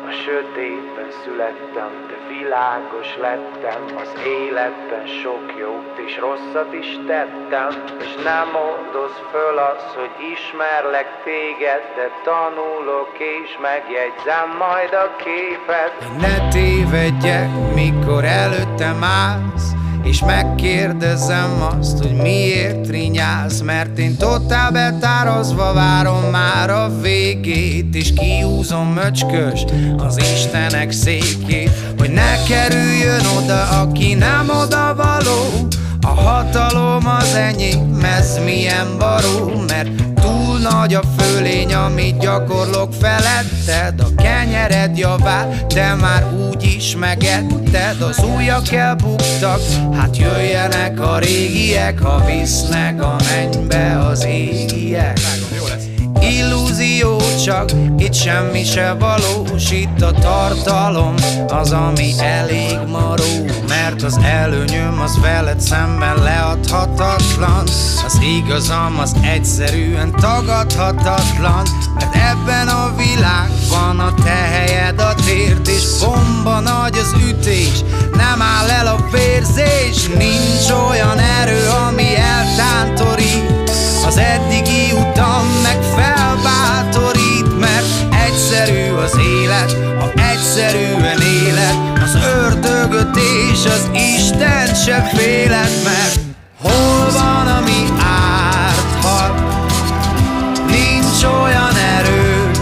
A sötétben születtem, de világos lettem. Az életben sok jót és rosszat is tettem. És nem oldoz föl az, hogy ismerlek téged, de tanulok és megjegyzem majd a képet. Ne tévedjek, mikor előttem állsz, és megkérdezem azt, hogy miért rinyálsz. Mert én totál betározva várom már a végét, és kihúzom möcskös az Istenek székét, hogy ne kerüljön oda, aki nem odavaló. A hatalom az enyém, ez milyen baró, mert túl nagy a fölény, amit gyakorlok feletted. A kenyered javát te már úgy is megetted. Az ujjak elbuktak, hát jöjjenek a régiek, ha visznek a mennybe az égiek. Illúzió csak, itt semmi se valós, itt a tartalom az, ami elég maró. Mert az előnyöm az veled szemben leadhatatlan, az igazam az egyszerűen tagadhatatlan. Mert ebben a világban a te helyed a tért, és bomba nagy az ütés, nem áll el a vérzés. Nincs olyan erő, ami eltántorít, az eddigi utam meg felbátorít. Mert egyszerű az élet, ha egyszerűen éled, az ördögöt és az Isten se féled. Mert hol van, ami árthat, nincs olyan erő.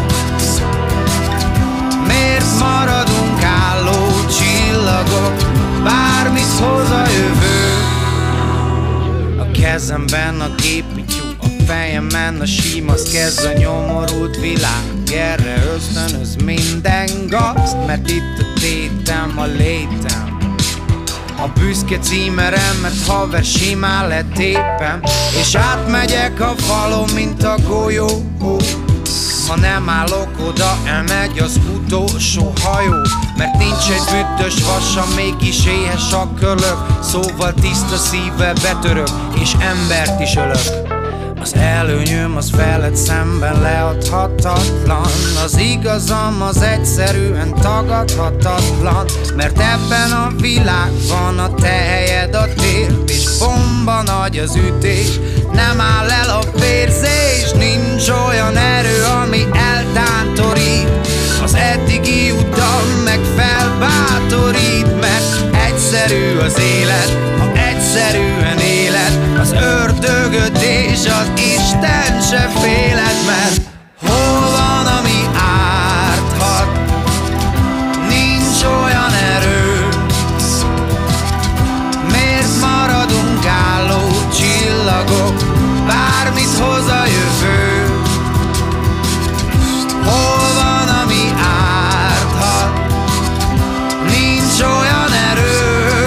Miért maradunk álló csillagok, bármit hoz a jövő. A kezemben a géppityú, fejemen a sím, az kezd a nyomorult világ. Erre ösztönöz minden gazt, mert itt a tétem, a létem. A büszke címeremet haver simán letépem, és átmegyek a falon, mint a golyó. Ha nem állok oda, elmegy az utolsó hajó. Mert nincs egy büdös vasam, mégis éhes a kölök. Szóval tiszta szívvel betörök, és embert is ölök. Az előnyöm az veled szemben leadhatatlan, az igazam az egyszerűen tagadhatatlan. Mert ebben a világban a te helyed a tért, és bomba nagy az ütés, nem áll el a vérzés. Nincs olyan erő, ami eltántorít, az eddigi utam meg felbátorít. Mert egyszerű az élet, ha egyszerűen éled, az ördögöt és az Isten se féled. Mert hol van, ami árthat, nincs olyan erő. Miért maradunk álló csillagok, bármit hoz a jövő. Hol van, ami árthat, nincs olyan erő.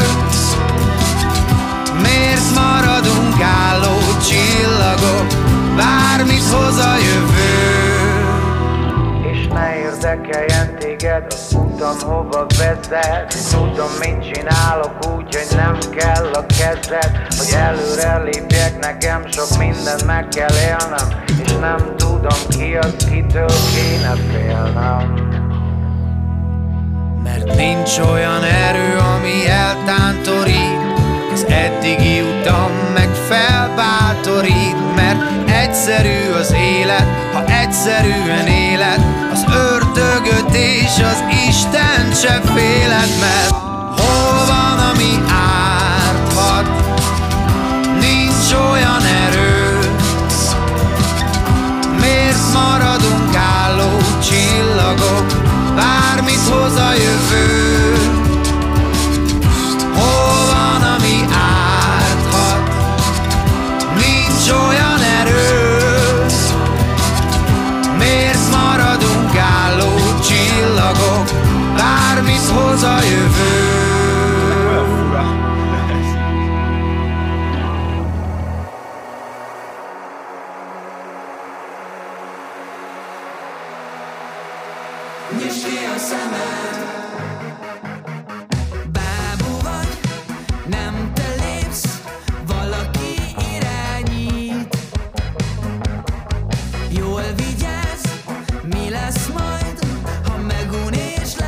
Miért maradunk álló csillagok, bármit hoz a jövő. És ne érdekeljen téged az utam, hova vezet. Tudom, mit csinálok úgy, hogy nem kell a kezed. Hogy előre lépjek, nekem sok mindent meg kell élnem, és nem tudom ki az, kitől kéne félnem. Mert nincs olyan erő, ami eltántorít, az eddigi utam meg felbátorít. Mert egyszerű az élet, ha egyszerűen éled, az ördögöt és az Isten se féled. Mert hol van, ami árthat, nincs olyan erő. Miért maradunk álló csillagok, bármit hoz a jövő. Hol van, ami árthat, nincs olyan erő. Miért maradunk álló csillagok, bármit hoz a jövő. Nyisd ki a szemed, bábú vagy, nem te lépsz, valaki irányít. Jól vigyázz, mi lesz majd, ha megunés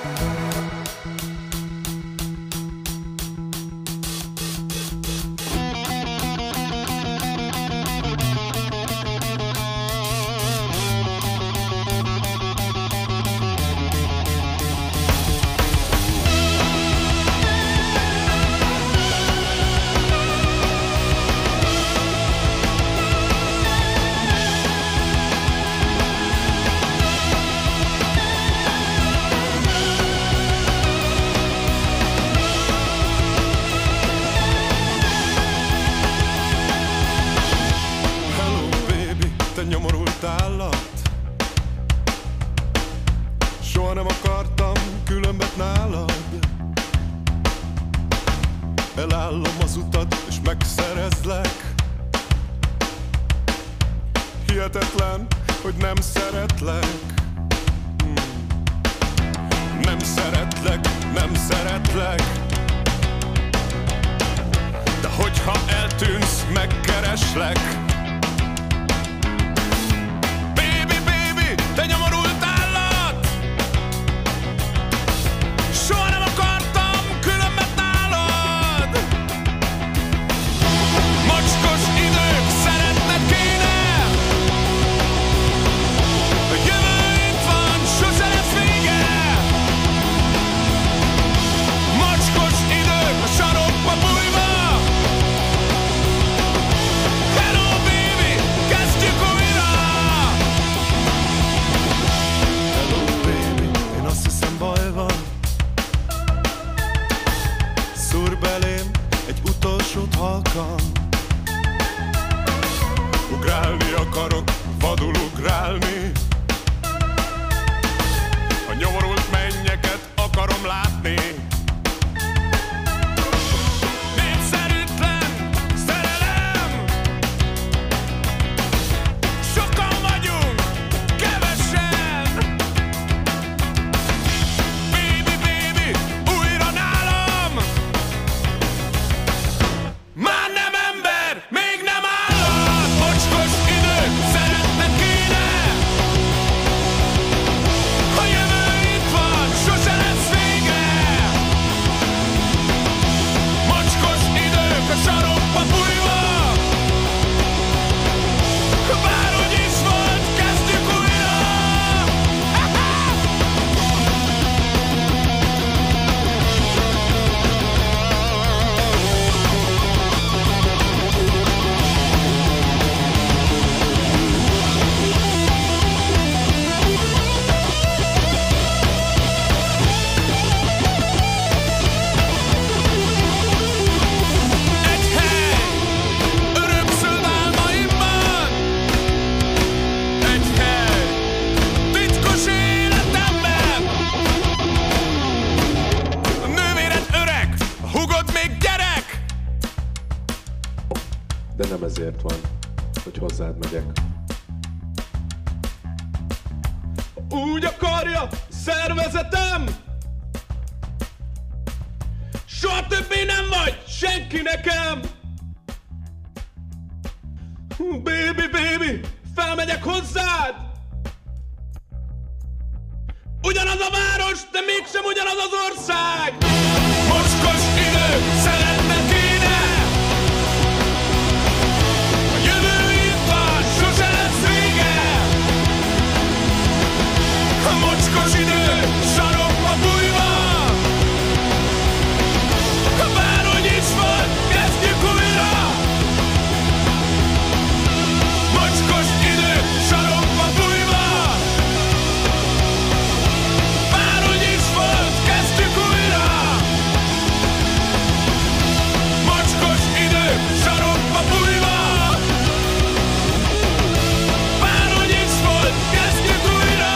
Nyomorult állat. Soha nem akartam különbet nálad. Elállom az utat és megszerezlek. Hihetetlen, hogy nem szeretlek. Nem szeretlek, nem szeretlek. De hogyha eltűnsz, megkereslek. Te nyomorult állat! Soha nem akartam különbet nálad. Mocskos idők szeretned kéne. A jövő itt van, sose lesz vége. Mocskos idők a sarokba bújva. Hello baby, kezdjük újra. Baj van. Szúr belém egy utolsót halkan. Ugrálni akarok, vadul ugrálni. A nyomorult mennyeket akarom látni. Népszerűtlen szerelem. Sokan vagyunk, kevesen. Már nem ember, még nem állat. Mocskos idők szeretned kéne. A jövő itt van, sose lesz vége. Mocskos idők a sarokba bújva. Bárhogy is volt, kezdjük újra. De nem ezért van, hogy hozzád megyek. Úgy akarja szervezetem. Soha többé nem vagy senki nekem. Baby, baby, felmegyek hozzád. Ugyanaz a város, de mégsem ugyanaz az ország. Mocskos idő, szeretned kéne. A jövő itt van, sose lesz vége. A mocskos idő, sarokba bújva. Bárhogy is volt, kezdjük újra. Mocskos idő, sarokba bújva. Bárhogy is volt, kezdjük újra. Mocskos idő, sarokba bújva. Bárhogy is volt, kezdjük újra.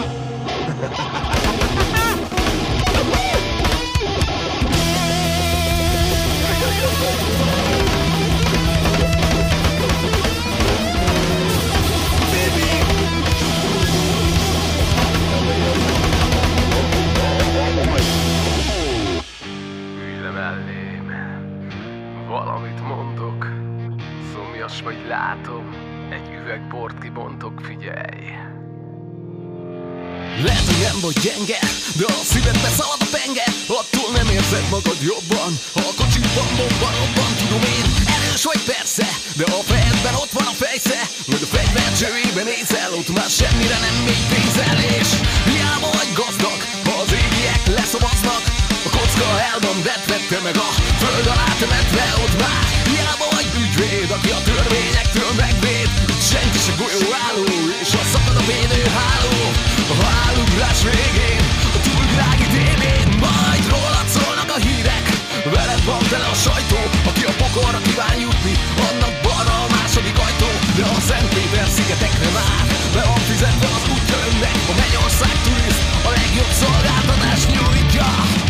Ülj le mellém, valamit mondok, szomjas vagy látom, egy üveg bort kibontok, figyelj. Lehet, hogy nem vagy gyenge, de a szívedbe szalad a penge. Attól nem érzed magad jobban, ha a kocsiban bomba robban. Tudom én, erős vagy persze, de a fejedben ott van a fejsze. Majd a fegyver csőjében nézel, ott már semmire nem még pénzelés. Hiába vagy gazdag, ha az égiek leszavaznak. A kocka el van vetve, te meg a föld alá temetve. Ott már hiába vagy ügyvéd, aki a törvényektől megvéd. Senki se golyóálló, és a szakad a védőháló. A halálugrás végén, a túlvilági tévén, majd rólad szólnak a hírek. Veled van tele a sajtó, aki a pokolra kíván jutni, annak balra a második ajtó. De a Szentpéter szigetekre már be van fizetve az útja önnek. A Mennyország turiszt a legjobb szolgáltatást nyújtja.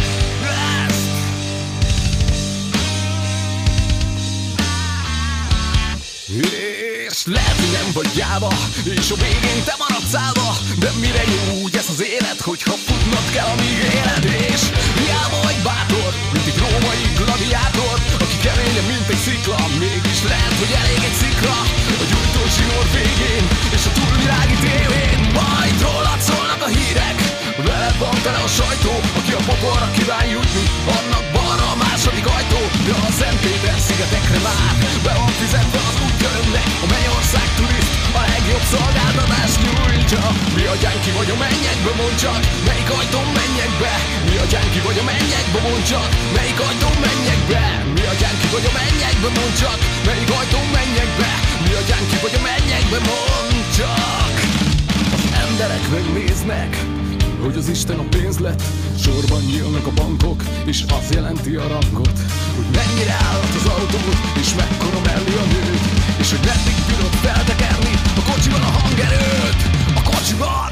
És lehet, hogy nem vagy gyáva, és a végén te maradsz állva. De mire jó úgy ez az élet, hogyha futnod kell, amíg éled. És hiába vagy bátor, mint egy római gladiátor, aki keményebb, mint egy szikla, mégis lehet, hogy elég egy szikra. A gyújtó zsinór végén, és a túlvilági tévén, majd rólad szólnak a hírek. Veled van tele a sajtó, aki a pokolra kíván jutni, annak balra a második ajtó. De a Szentpéter szigetekre már be van fizetve az útja önnek. A Mennyország turiszt a legjobb szolgáltatást nyújtja. Mi a gyánki vagy a mennyekbe, mondd csak, melyik ajtón menjek be? Mi a gyánki vagy a mennyekbe, mondd csak, melyik ajtón menjek be? Mi a gyánki vagy a mennyekbe, mondd csak, melyik ajtón menjek be? Mi a gyánki vagy a mennyekbe, mondd csak. Az emberek megnéznek, hogy az Isten a pénz lett. Sorban nyílnak a bankok, és az jelenti a rangot. Hogy mennyire állat az autót, és mekkora mellé a nőt. És hogy meddig bírod feltekerni a kocsiban a hangerőt. A kocsiban!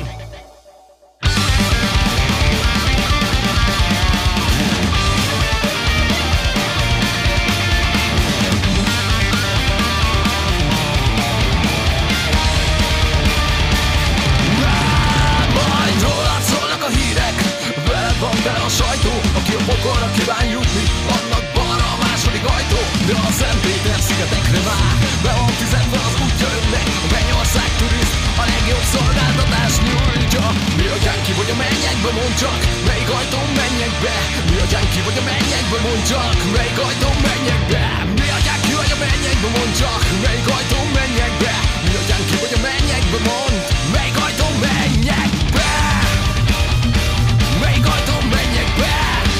Van bele a sajtó, aki a pokolra kíván jutni, annak balra a második ajtó. De a Szentpéter szigetekre vár, be van fizetve az útja önnek. A Mennyország turiszt a legjobb szolgáltatást nyújtja. Mi a gyánki vagy a mennyekbe, mondd csak, melyik ajtón menjek be? Mi a gyánki vagy a mennyekbe, mondd csak, melyik ajtón menjek be? Mi a gyánki vagy a mennyekbe, mondd csak, melyik ajtón menjek be? Mi a gyánki vagy a mennyekbe, mondd, melyik ajtón menjek be? Melyik ajtón menjek be?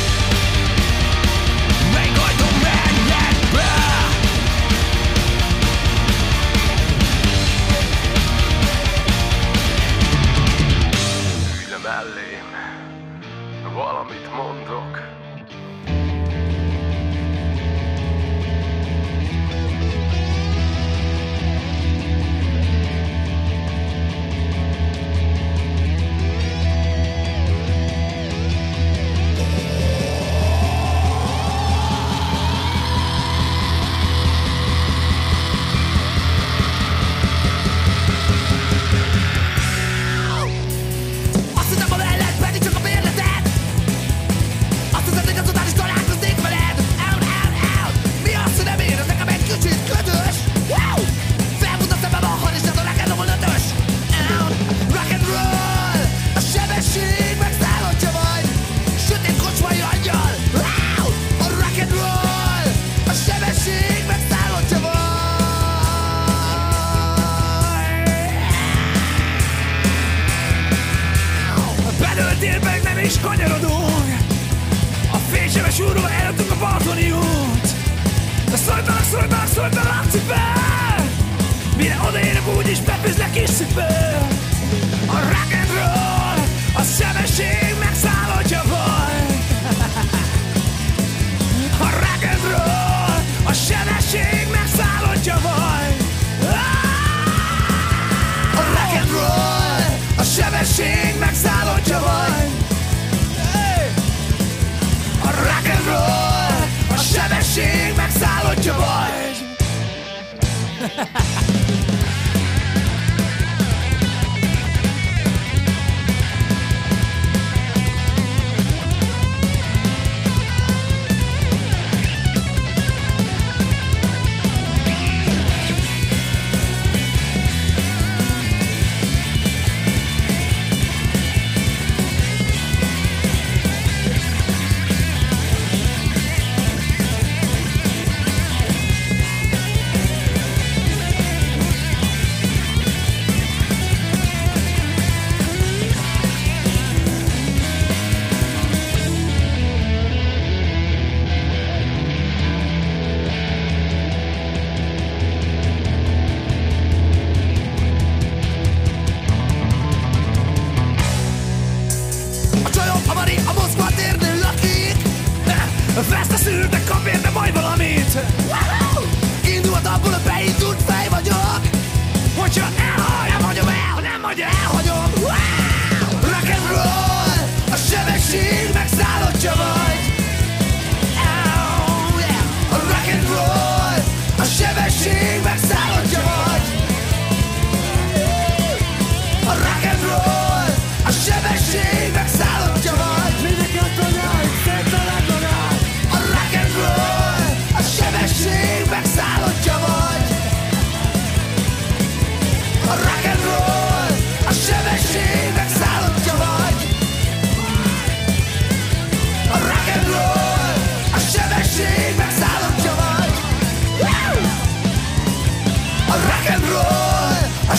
Melyik ajtón menjek be? Ülj le mellém, valamit mondok. Szóltanak cipel, mire odaérek úgyis befűzlek kis cipel. A rock and roll, a sebesség megszáll, hogyha vagy. A rock and roll, a sebesség megszáll, hogyha vagy. A rock and roll, a sebesség megszáll, hogyha vagy. A rock and roll, a sebesség megszáll, hogyha vagy.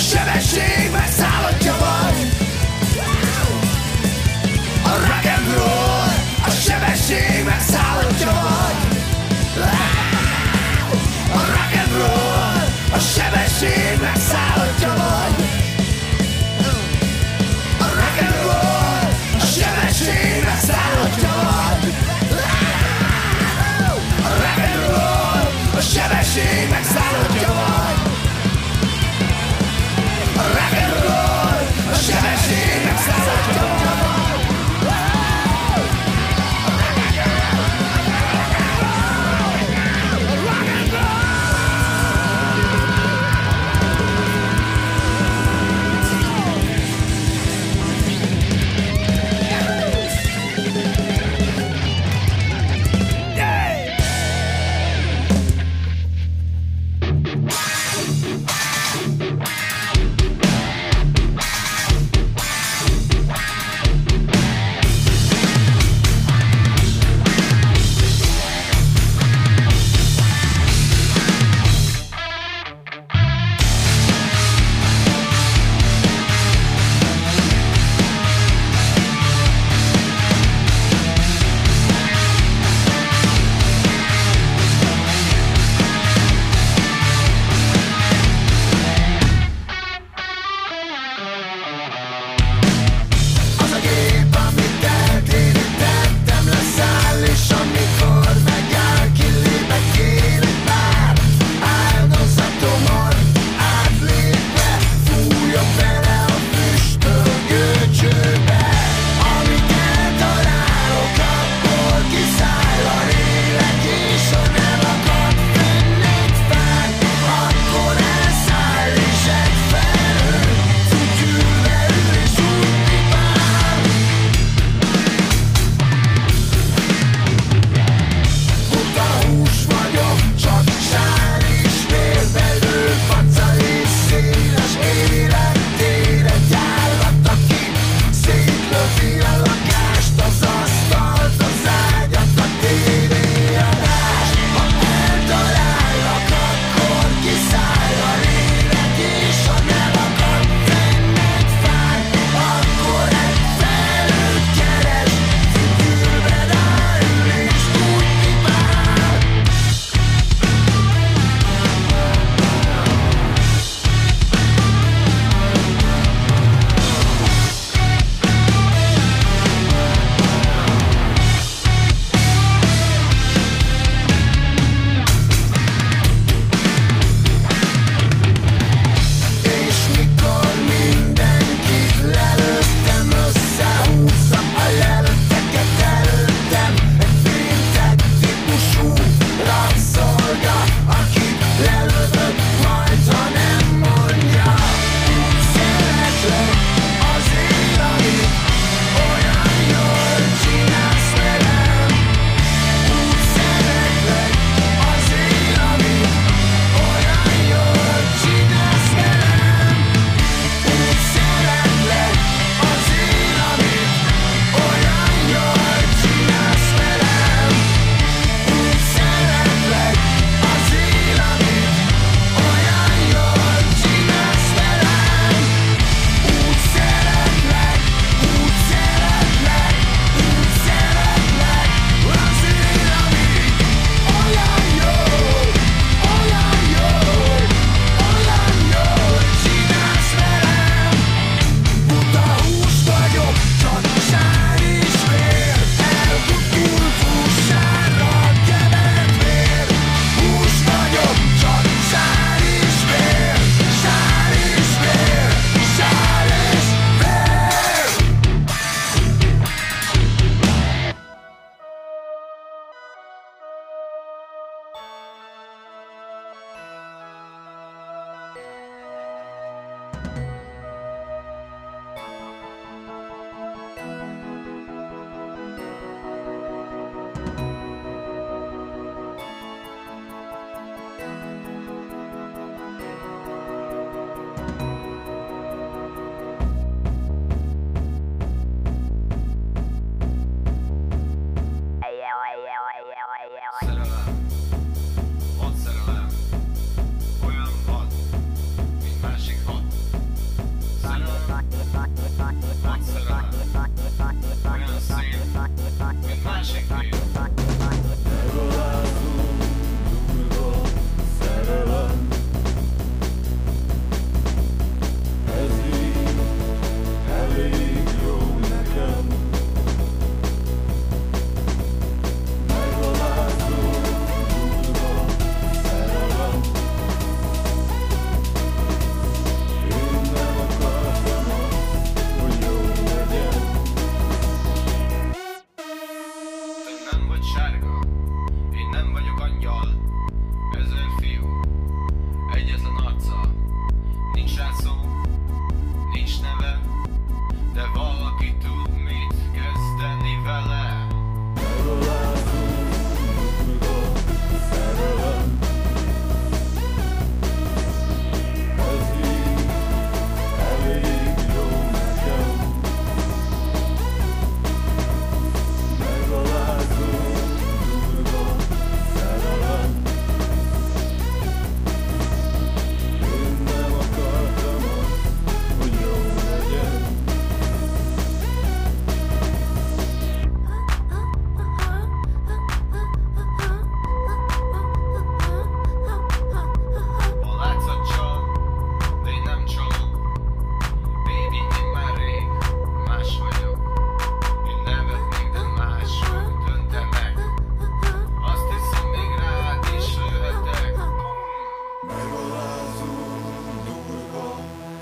sebesség megszállottja vagy. A rock and roll, a sebesség megszállottja vagy. A rock and roll, a sebesség megszállottja vagy. A rock and roll, a sebesség megszállottja vagy. A rock and roll, a sebesség megszállottja vagy. A rock and roll, a sebesség megszállottja vagy.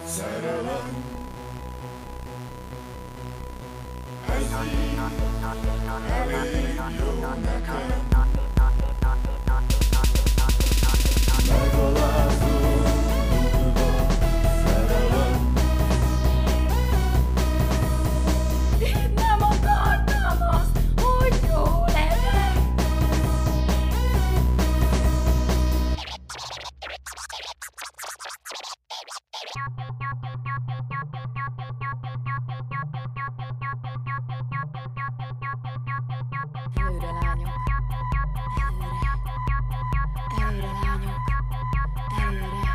Szerelem. Ez így elég jó nekem. Megalázó durva szerelem. Én nem akartam azt, hogy jó legyek. Előre, lányok. Előre, lányok. Előre.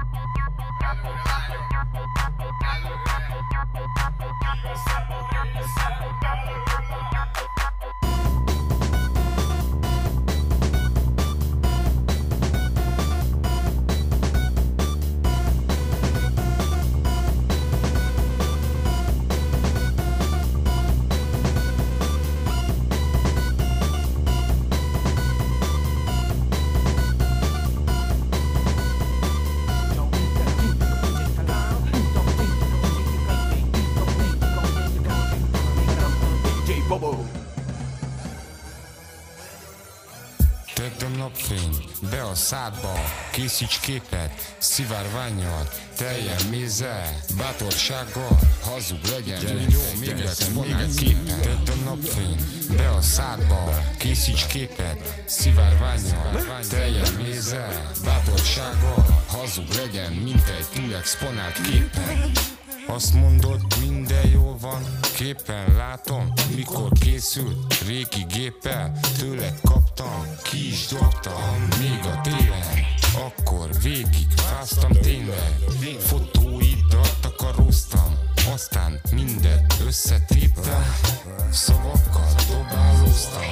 Tedd a napfény be a szádba, készíts képet, szivárvánnyal, teljen mézzel, bátorsággal, hazug legyen, jó, még exponált képen. Tedd a napfény be a szádba, készíts képet, szivárvánnyal, teljen mézzel, bátorsággal, hazug legyen, mint egy túl exponált képen. Azt mondod, minden jól van, képen látom, mikor készült, régi géppel, tőled kaptam, ki is dobtam, még a télen, akkor végig fáztam tényleg, fotóidat takaroztam, aztán mindet összetéptem, szavakkal dobálóztam.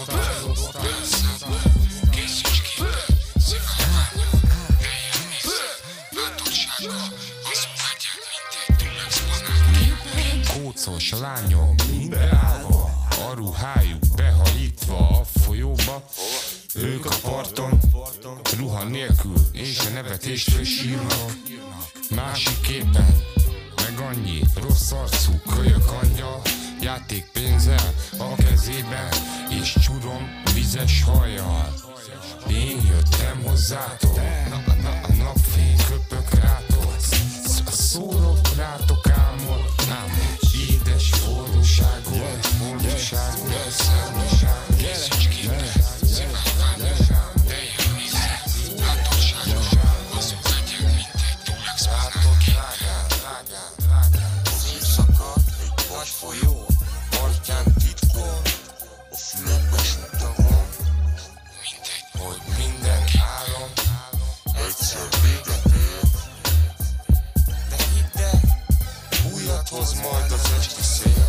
Készíts képet, szivárvánnyal, teljen mézzel, bátorsággal, hazug legyen, mint egy túl exponált képen. Kócos lányok mindbeállva, a ruhájuk behajítva a folyóba, ők a parton, ruha nélkül, és a nevetéstől sírnak. Másik képen, meg annyi rossz arcú kölyök angyal, játékpénzzel a kezében, és csurom vizes hajjal. Én jöttem hozzátok, a napfény köpök rátok, szórok rátok álmot, édes forróságot, forróságot, szármaságot. Készíts képet, szivárvánnyal, teljen mézzel, bátorsággal, hazug legyen, mint egy túl exponált képen. Szívszakad egy nagy folyó, partján titkol, a fülembe suttogom, mindegy, hogy minden álom egyszer véget ér. De hidd el, újat hoz majd az esti szél.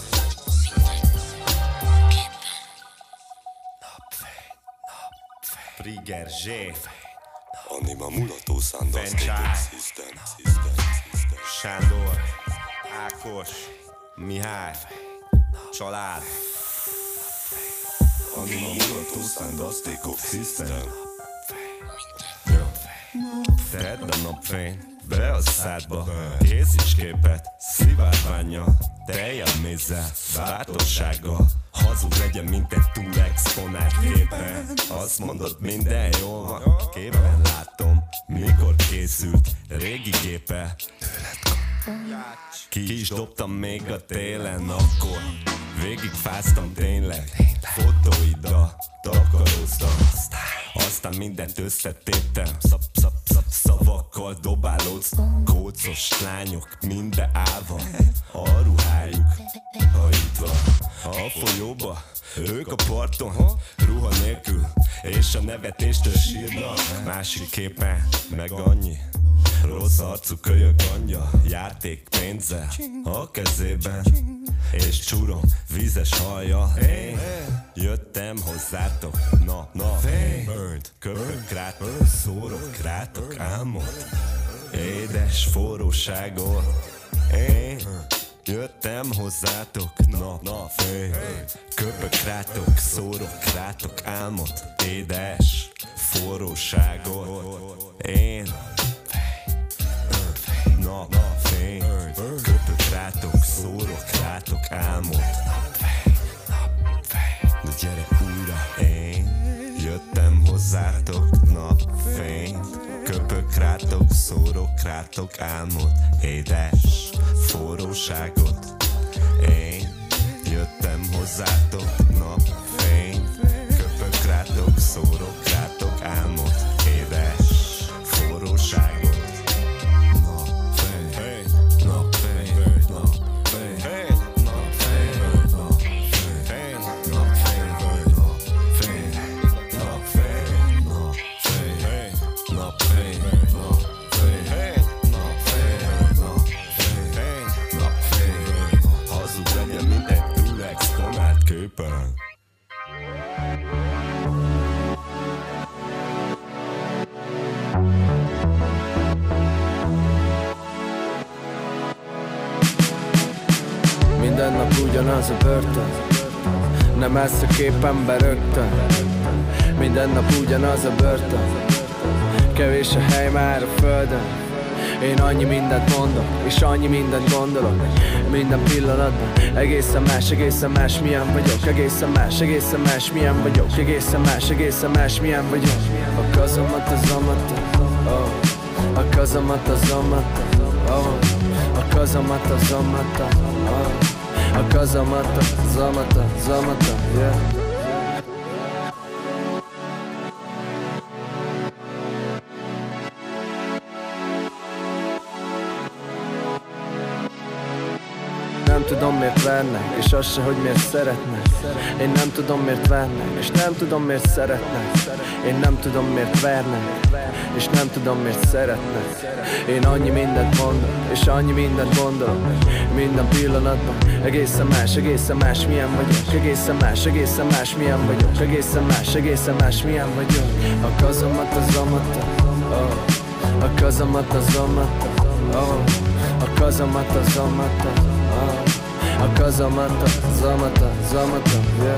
Trigger Z, Anima mulato sandas Sándor, Ákos, Mihály, család. Anima mulato sandas system. Tedd a napfény be a szádba, készíts képet, szivárvánnyal, teljen mézzel, bátorsággal, hazug legyen, mint egy túl exponált képen. Azt mondod, minden jól van, képen látom, mikor készült, régi géppel, ki is dobtam még a télen, akkor végig fáztam tényleg, fotóiddal takaróztam, aztán mindent összetéptem, szavakkal dobálóztam, kócos lányok mindbeállva, a ruhájuk hajítva a folyóba, ők a parton, ruha nélkül, és a nevetéstől sírnak. Másik képen meg annyi rossz arcú kölyök anyja, játékpénzzel a kezében, és csurom vízes hajjal. Én jöttem hozzátok, fény, köpök rátok, szórok rátok álmot, édes forróságot. Én jöttem hozzátok, fény, köpök rátok, szórok rátok álmot, édes forróságot. Én álmod. De gyere újra, én jöttem hozzátok napfényt. Köpök rátok, szórok rátok álmod, édes forróságot. Én jöttem hozzátok napfényt. Köpök rátok, szórok rátok álmod, édes forróságot. Minden nap ugyanaz a börtön, nem ezt a képembe rögtön. Minden nap ugyanaz a börtön, kevés a hely már a földön. Én annyi mindent mondok, és annyi mindent gondolok. Minden pillanatban egészen más milyen vagyok. Egészen más milyen vagyok. Egészen más milyen vagyok. A kazomat az amata, oh. A kazomat az amata, oh. A kazomat az amata, oh. A kazomat az amata, yeah. Nem tudom miért vernek, és az se, hogy miért szeretnek. Én nem tudom miért vernek, és nem tudom miért szeretnek. Én nem tudom miért vernek, és nem tudom miért szeretnek. Én annyi mindent mondok, és annyi mindent gondolok. Minden pillanatban egészen más milyen vagyok. Egészen más milyen vagyok. Egészen más milyen vagyok. A kazomat az amata, oh. A kazomat az amata, oh. A kazomat az amata, oh. A kazomat az amata, yeah.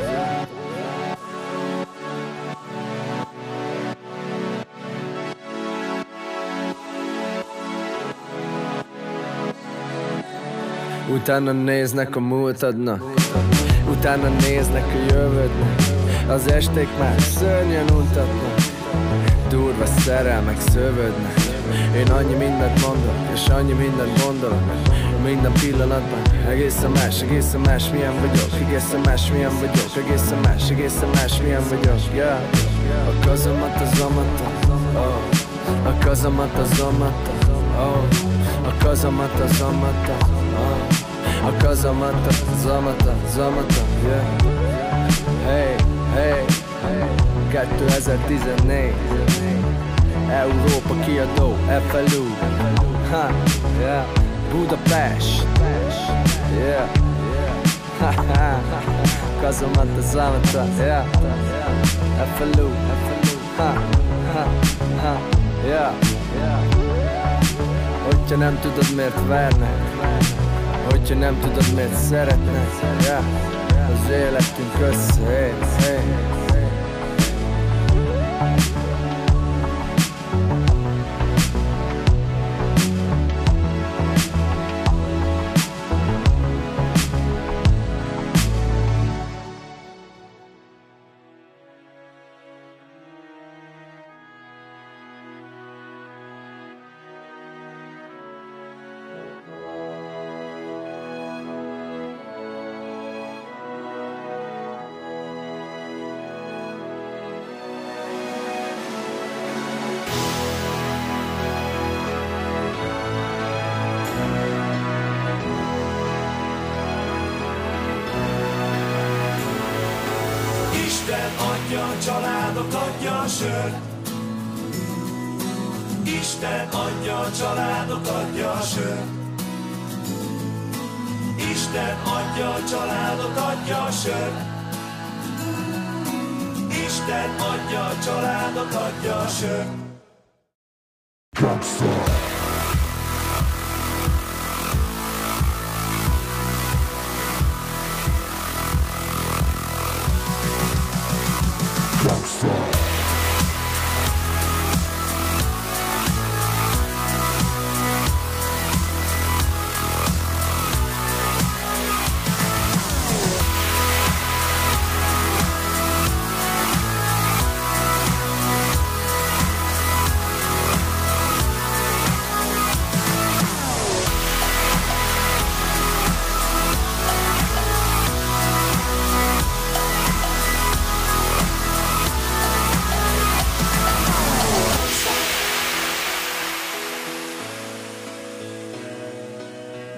Utána néznek a múltadnak, utána néznek a jövődnek. Az esték már szörnyen untatnak, durva szerelmek szövődnek. Én annyi mindent mondok, és annyi mindent gondolok. Minden pillanatban egészen más milyen vagyok. Egészen más milyen vagyok. Egészen más milyen vagyok, yeah. A kazomat az amata, oh. A kazomat az amata, oh. A kazomat az amata, oh. A kazomat az amata, yeah. Hey, hey, hey. 2014 Európa kiadó, FLU, ha, yeah. Budapest, yeah. Kazomat az amata, yeah. FLU, ha, yeah. Hogyha nem tudod miért vernek, hogyha nem tudod miért szeretnek, yeah. Az életünk össze, hey, hey. Családot adja a sört. Isten adja a családot, adja a sört. Isten adja a családot, adja a sört. Isten adja a családot, adja a sört.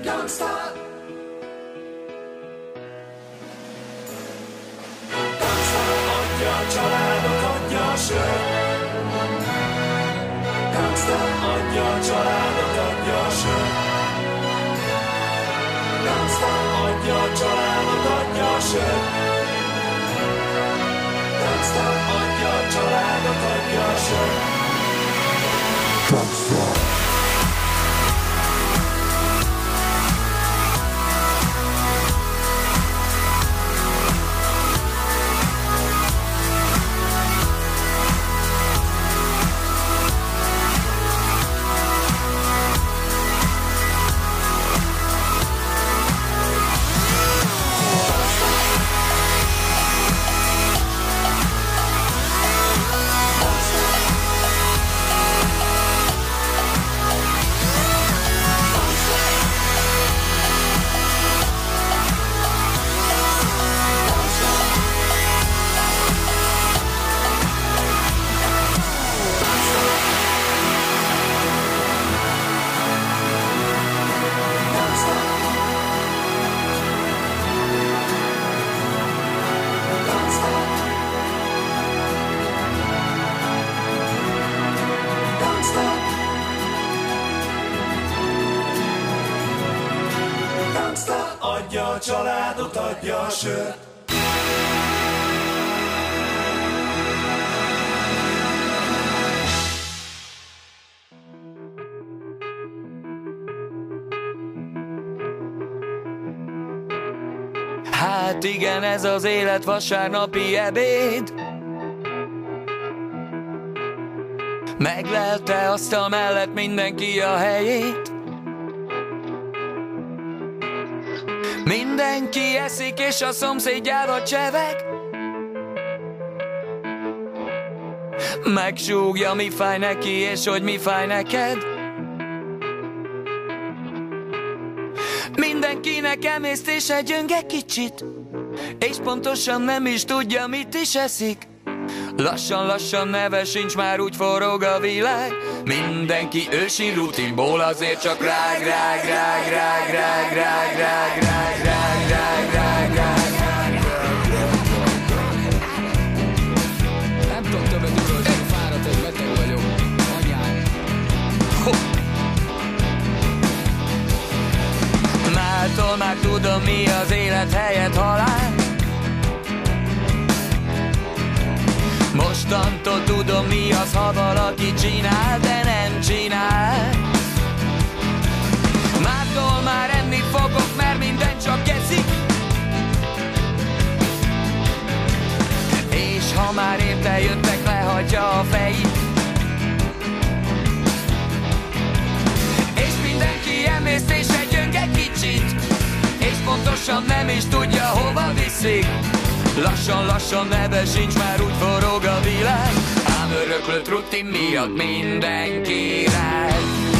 Gangsta adja a családot, adja a sört. Gangsta adja a családot, adja a sört. Gangsta adja a családot, adja a sört. Gangsta adja a családot, adja a sört. Gangsta. Adja a családot, adja a sört. Hát igen, ez az élet vasárnapi ebéd. Meglelte asztal mellett mindenki a helyét. Mindenki eszik és a szomszédjával cseveg. Megsúgja, mi fáj neki és hogy mi fáj neked. Mindenkinek emésztése gyönge kicsit, és pontosan nem is tudja, mit is eszik. Lassan-lassan neve sincs, már úgy forog a világ. Mindenki ősi rutinból azért csak rág. Nem tudok többet üvölteni, fáradt és beteg vagyok. Anyám. Mától már tudom, mi az élet helyett halál. Mostantól tudom, mi az, ha valaki csinál, de nem csinál. Mától már enni fogok, mert minden csak eszik. És ha már érte jöttek, lehagyja a fejét. És mindenki emésztése gyönge kicsit, és pontosan nem is tudja, hova viszik. Lassan-lassan neve sincs, már úgy forog a világ. Ám öröklött rutin miatt mindenki rág.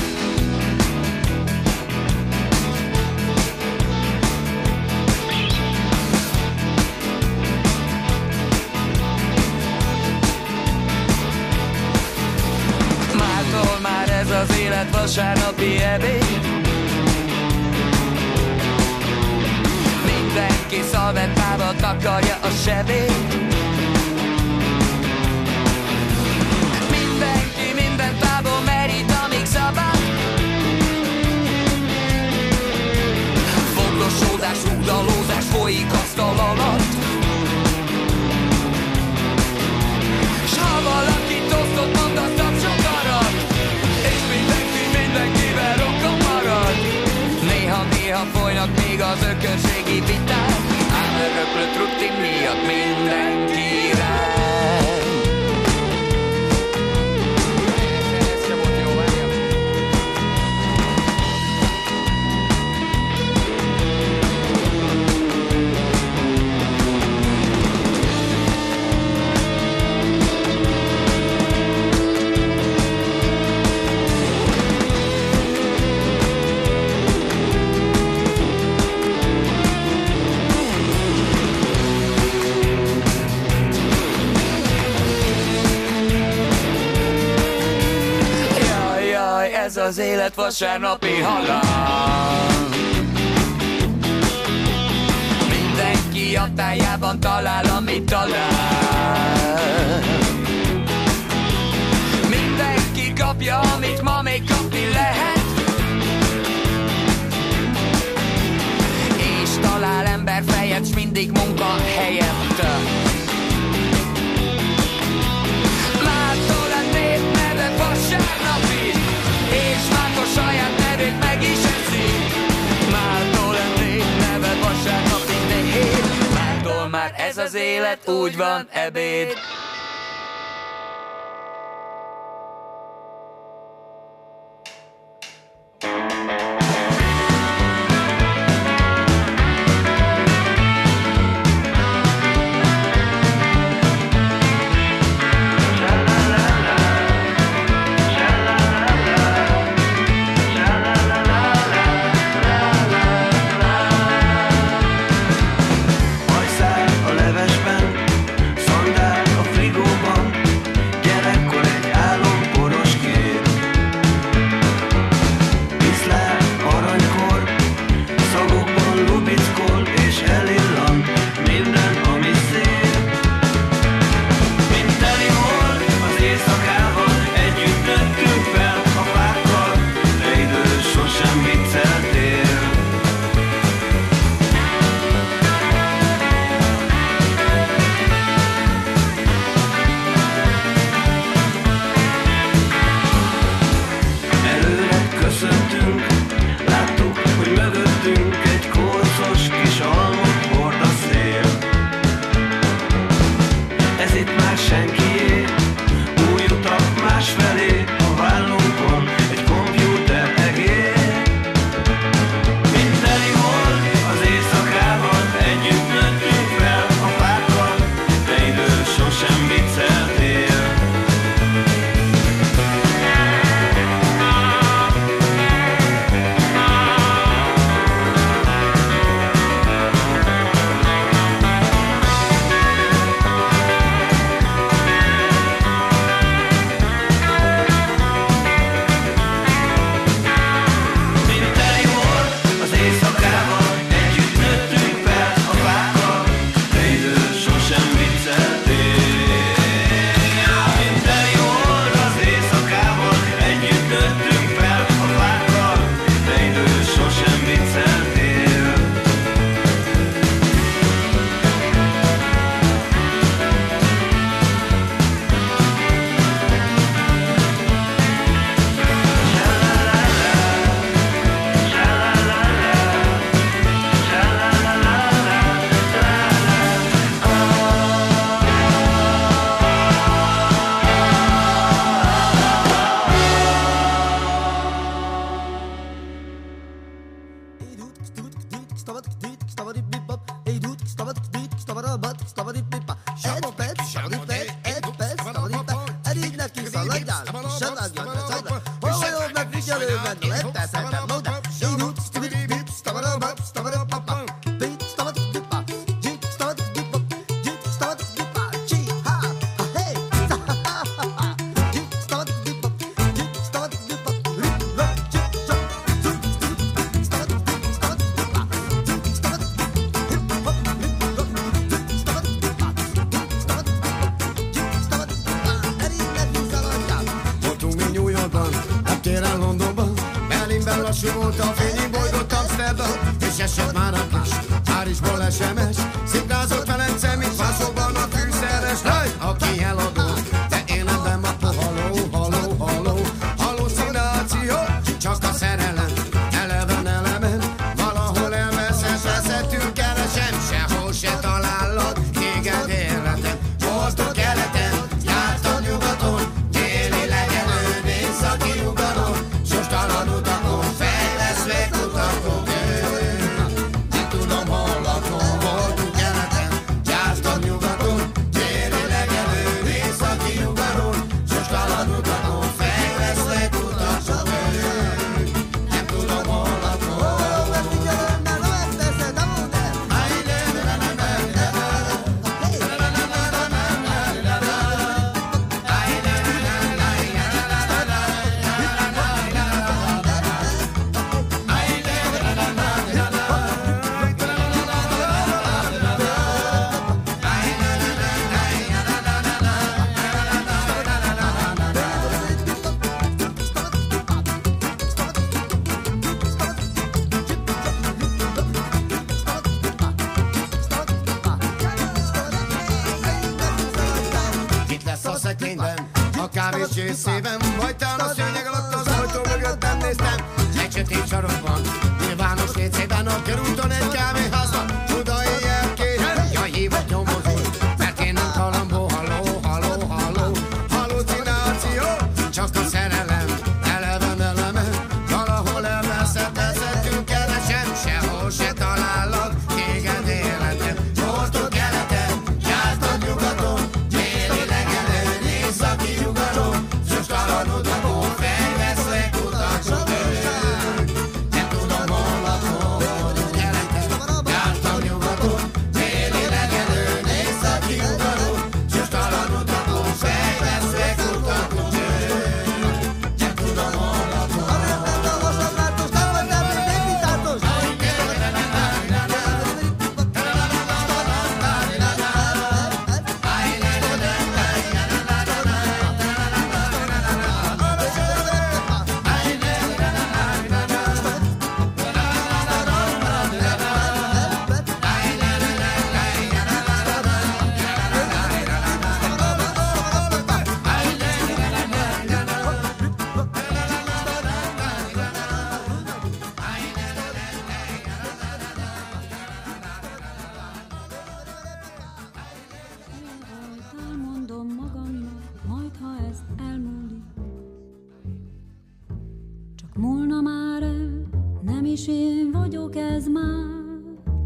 Mától már ez az élet vasárnapi ebéd. Mindenki szalvettával takarja a sebét. Mindenki minden tából merít, amíg szabad. Fogosódás, rúdalózás folyik asztal alatt. S ha valaki tosztot mond, az tapsot arad. És mindenkivel rokon marad. Néha folynak még az ökörségi viták. Ám öröklött rutin miatt mindenki rág. Ez sem volt jó, várjam. Ez az élet vasárnapi halál. fiatájában talál, amit talál. Mindenki kapja, amit ma még kapni lehet, és talál emberfejet, s mindig munka helyett. Mától a nép neve vasárnapig, és Mától saját nevét meg is eszi. Mától a nép neve vasárnapig, de hét. Mától már ez az élet, úgy van ebéd. Tudom, hol lakom, voltunk keleten, gyártad nyugaton, bocsész szívem, vagytán a szőnyeg alatt az ajtó mögött nem néztem. Egy sötét sarokban, nyilvános létszében a körúton egy kávéházban. Csuda éjjel kérem, jaj hívott nyomozó, mert én nem kalambó. Halló, halló, halló, hallucináció, csak a szerelem, eleven eleme. Valahol elveszettünk, keresem, sehol se talállak téged életem. Bortól keleten, jártad nyugaton, déli legelőn, északi nyugalom, szüstalan utakon, fejveszlek utakon. Nem tudom, hol lakom, keleten, jártad nyugaton, déli legelőn, északi nyugalom, szüstalan utakon, fejveszlek utakon. Nem tudom, hol lakom. Elmondom magamnak, majd ha ez elmúlik. Csak múlna már el, nem is én vagyok ez már.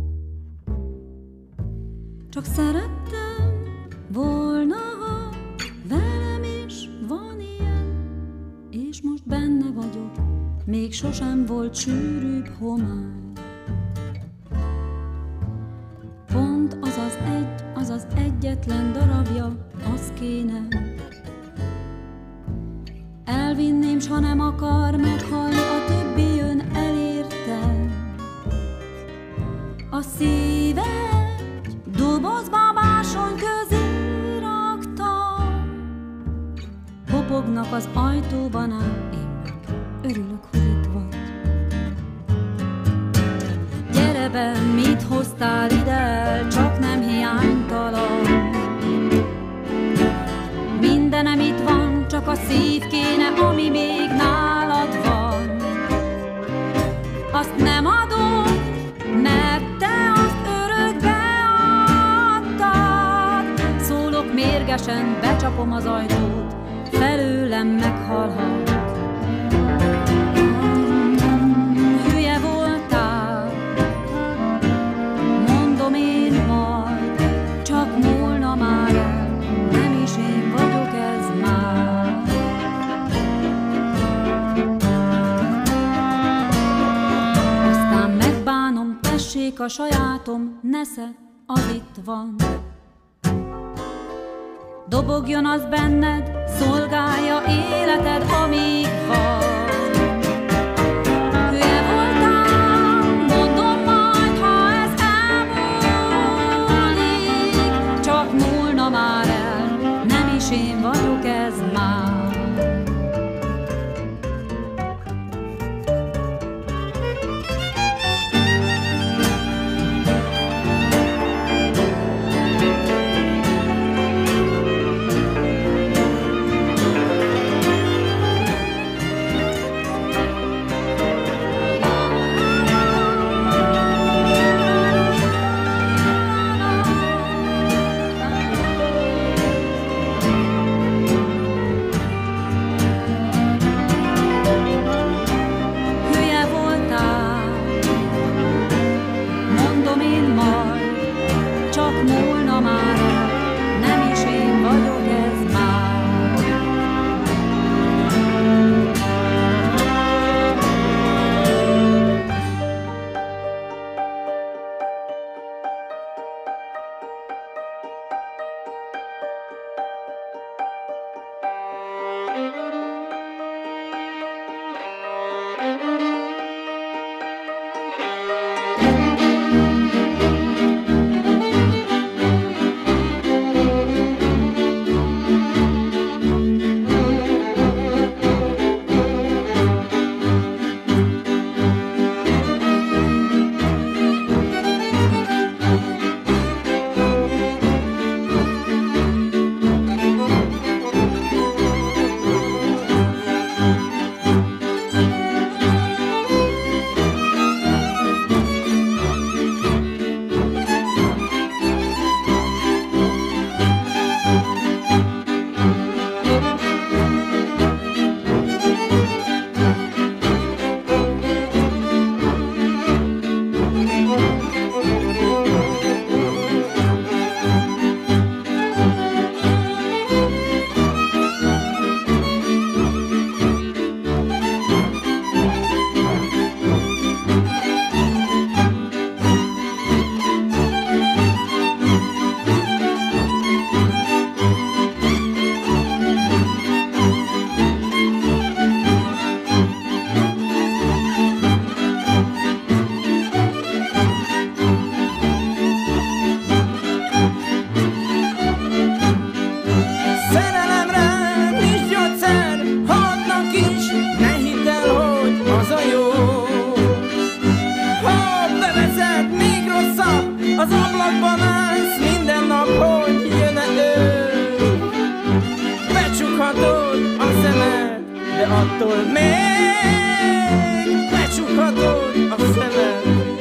Csak szerettem volna, ha velem is van ilyen. És most benne vagyok, még sosem volt sűrűbb homály. Pont az az egyetlen darabja, az kéne. Elvinném, s ha nem akar meghalni, a többi jön elérte. A szíve dobozba máson közé raktam. Kopognak az ajtóban ám, én meg örülök, hogy itt vagy. Gyere be, mit hoztál ide, csak nem hiánytalan. Mindenem itt van, csak a szív kéne, ami még nálad van. Azt nem adom, mert te azt örökbe adtad. Szólok mérgesen, becsapom az ajtót, felőlem meghalhat. Hülye voltál, mondom én majd, csak múlna már el, nem is én vagyok ez már. Aztán megbánom, tessék a sajátom, nesze, az itt van. Dobogjon az benned, szolgálja életed, amíg van. Hülye voltál, mondom majd, ha ez elmúlik. Csak múlna már el, nem is én vagyok ez már. Az ablakban állsz minden nap, hogy jön-e ő. Becsukhatod a szemed, de attól még becsukhatod a szemed.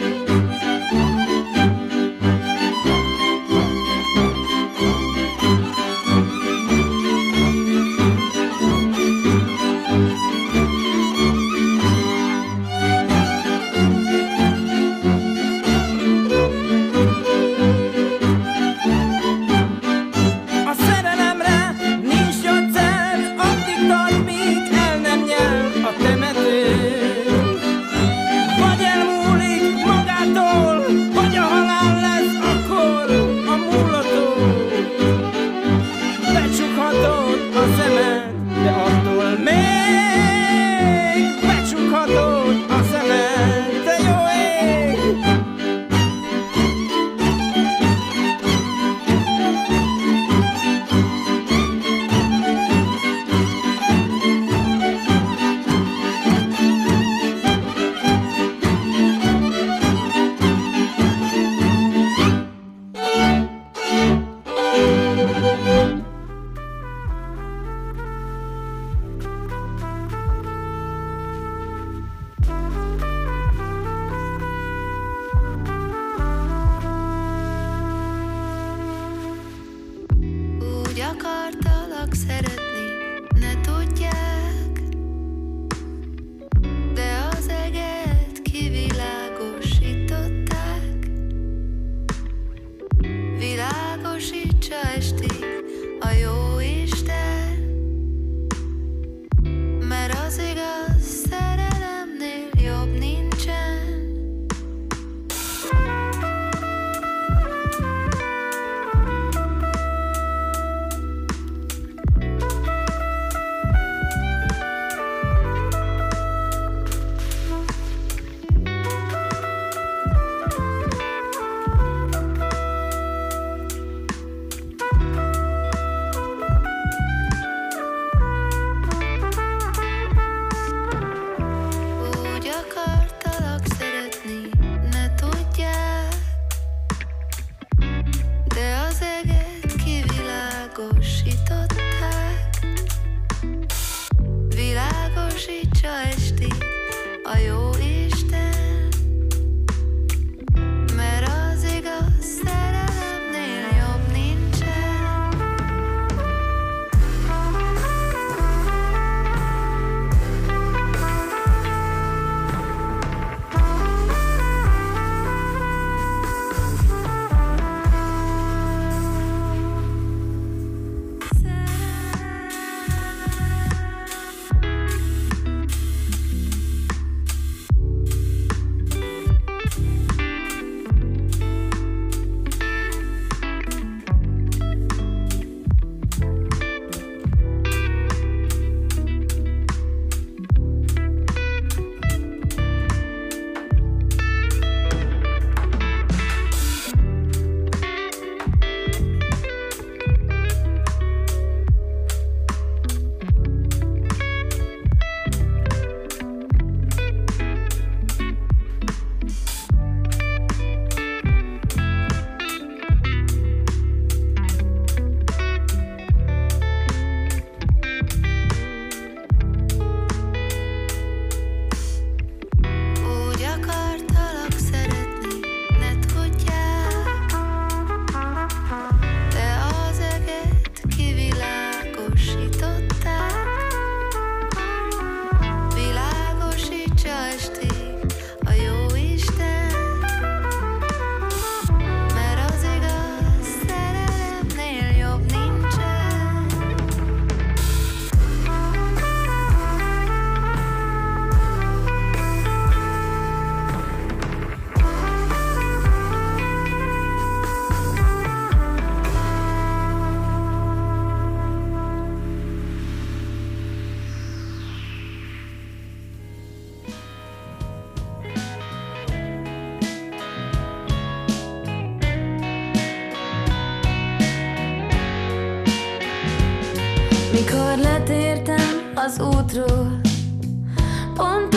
Mikor letértem az útról,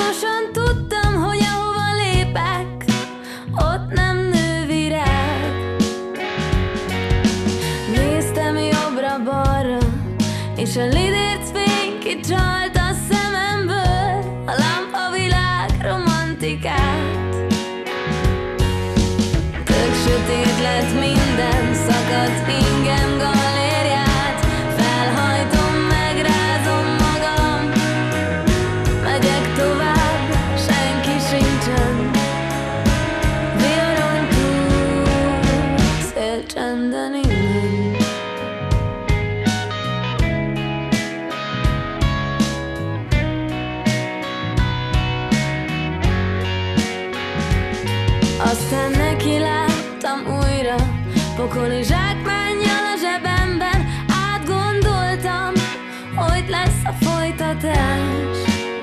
pontosan tudtam, hogy ahova lépek, ott nem nő virág. öntik át. Tök sötét lett minden, szakadt ingem galériát. Felhajtom, megrázom magam, megyek tovább, senki sincsen. Viharon túl, szélcsenden innen. Aztán neki láttam újra, pokoli zsákmánnyal a zsebemben. Átgondoltam, hogy lesz a folytatás.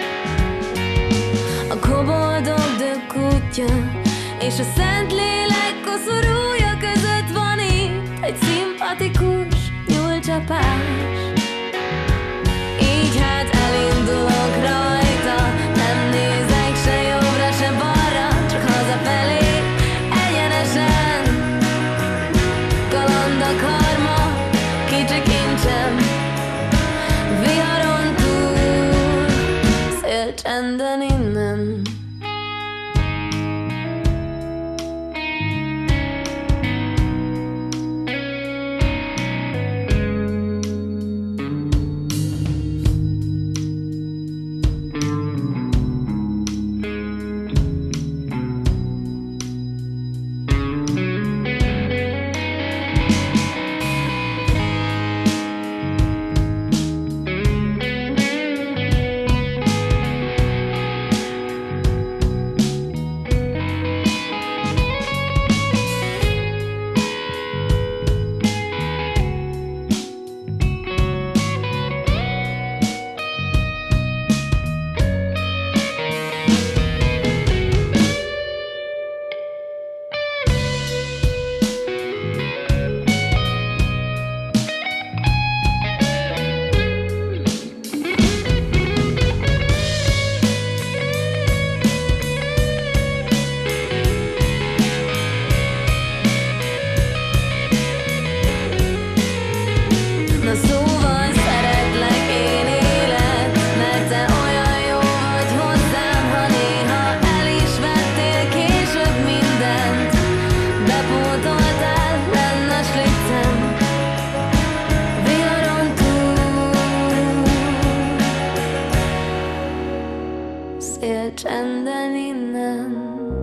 A koboldok dökkútja és a Szentlélek koszorúja között van itt egy szimpatikus nyúlcsapás. Így hát elindulok rajta, nem nézek se jobbra, se balra, csak hazafelé, egyenesen. Kaland a karma, kicsi kincsem, viharon túl, szélcsenden innen. Na szóval szeretlek én élet, mert te olyan jó vagy hozzám, ha néha el is vettél később mindent. Bepótoltál lenn a slicem, viharon túl, szélcsenden innen.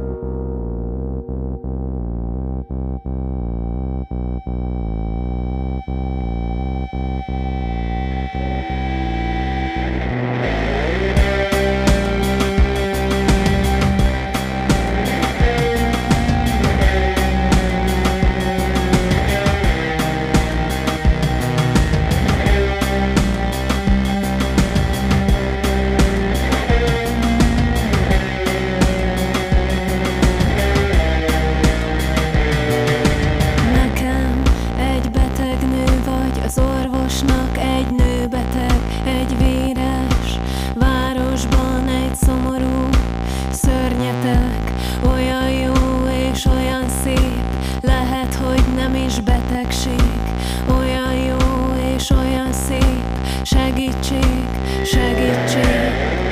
Nekem egy beteg nő vagy, az orvosnak egy nőbeteg, egy véres városban egy szomorú szörnyetek. Olyan jó és olyan szép, lehet, hogy nem is betegség. Olyan jó és olyan szép, segítség, segítség.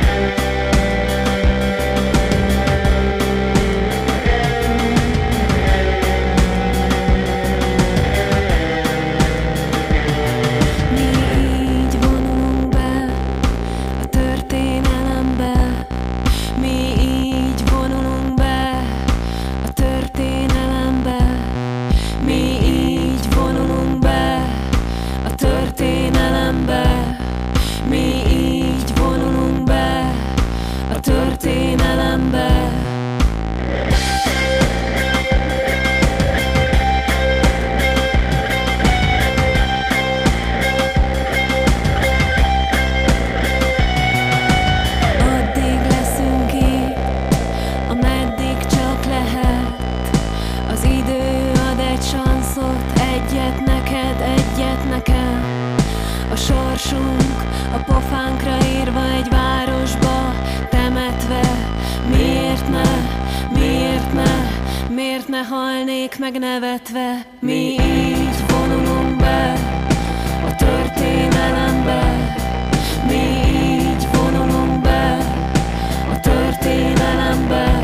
sorsunk a pofánkra írva egy városba temetve. Miért ne halnék meg nevetve? Mi így vonulunk be a történelembe. Mi így vonulunk be a történelembe.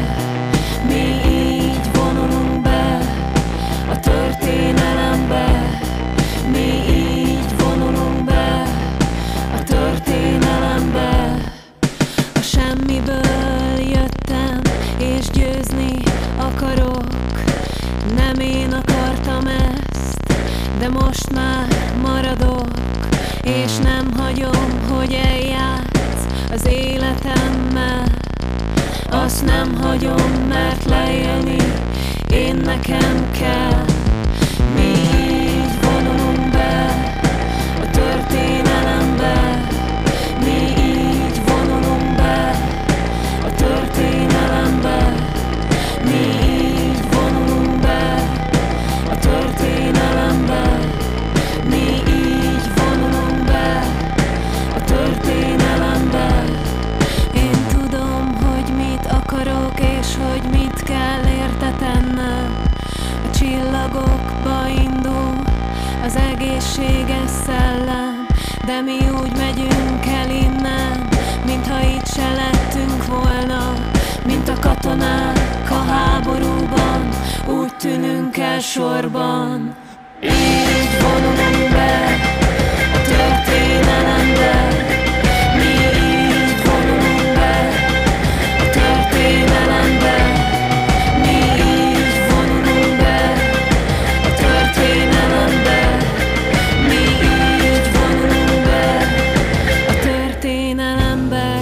most már maradok, és nem hagyom, hogy eljátsz az életemmel. Azt nem hagyom, mert leélni én nekem kell. Mi így vonulunk be a történelembe, mi így vonulunk be a történelembe, mi így vonulunk be a történelembe, mi így vonulunk be a történelembe. Én tudom, hogy mit akarok, és hogy mit kell érte tennem. A csillagokba indul az egészséges szellem, de mi úgy megyünk el innen, mintha itt se lettünk volna. Mint a katonák a háborúban, úgy tűnünk el sorban. Így vonulunk be a történelembe, mi így vonulunk be a történelembe, mi így vonulunk be a történelembe, mi így vonulunk be a történelembe.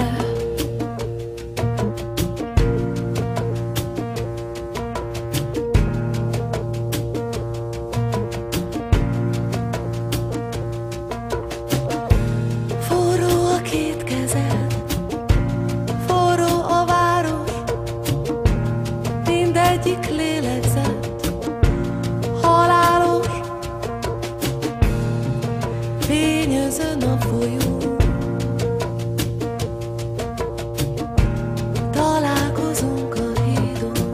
Forró a két kezed, forró a város, mindegyik lélegzet halálos. Fényezön a folyó, találkozunk a hídon.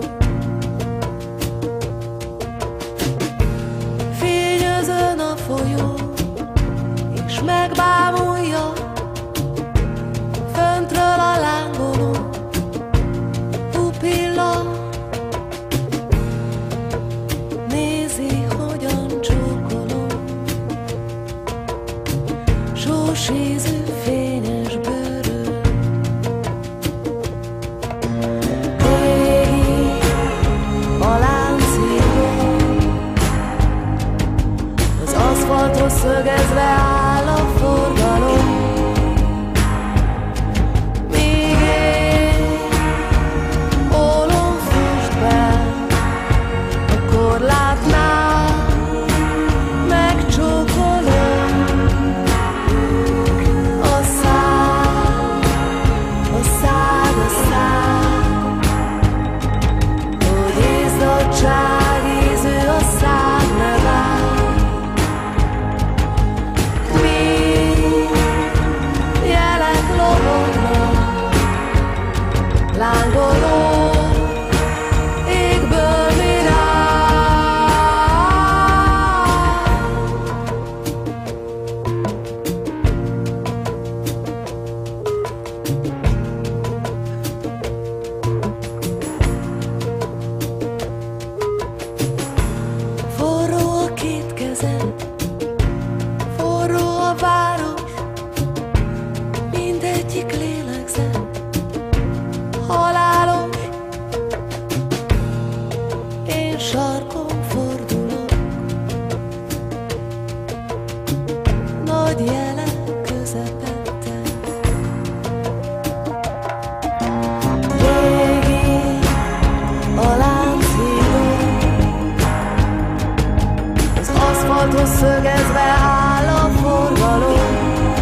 Fényezön a folyó, és megbámulja föntről a lángoló pupilla. Nézi, hogyan csókolom sósízű fényes bőrön. Régi a láncíjon, az aszfaltról szögezve áll a forgalom. Míg én ólom füstben a korlátnál megcsókolom a szád, a szád, a szád, hogy izzadság ízű a szád megáll. Mi jelek lobognak, lángoló égből virág. Forró a két kezed, forró a város, mindegyik lélegzet halálos. Én sarkon fordulok, nagy jelek közepette. Régi a láncíjon, az aszfalthoz szögezve áll a forgalom.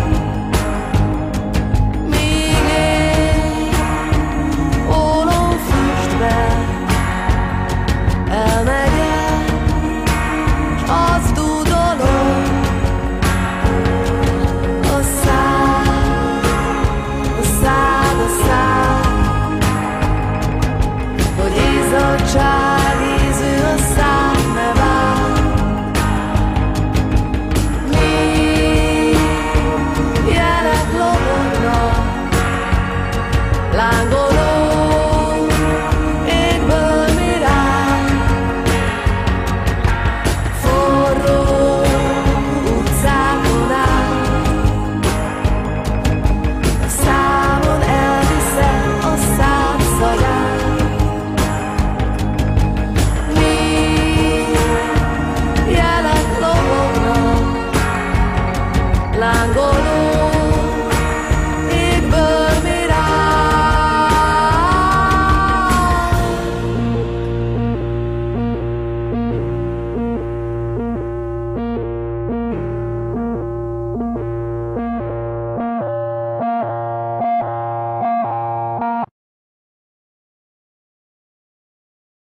Míg én ólom füstben elmegyek, s azt dúdolom a szád, a szád, a szád, hogy izzadság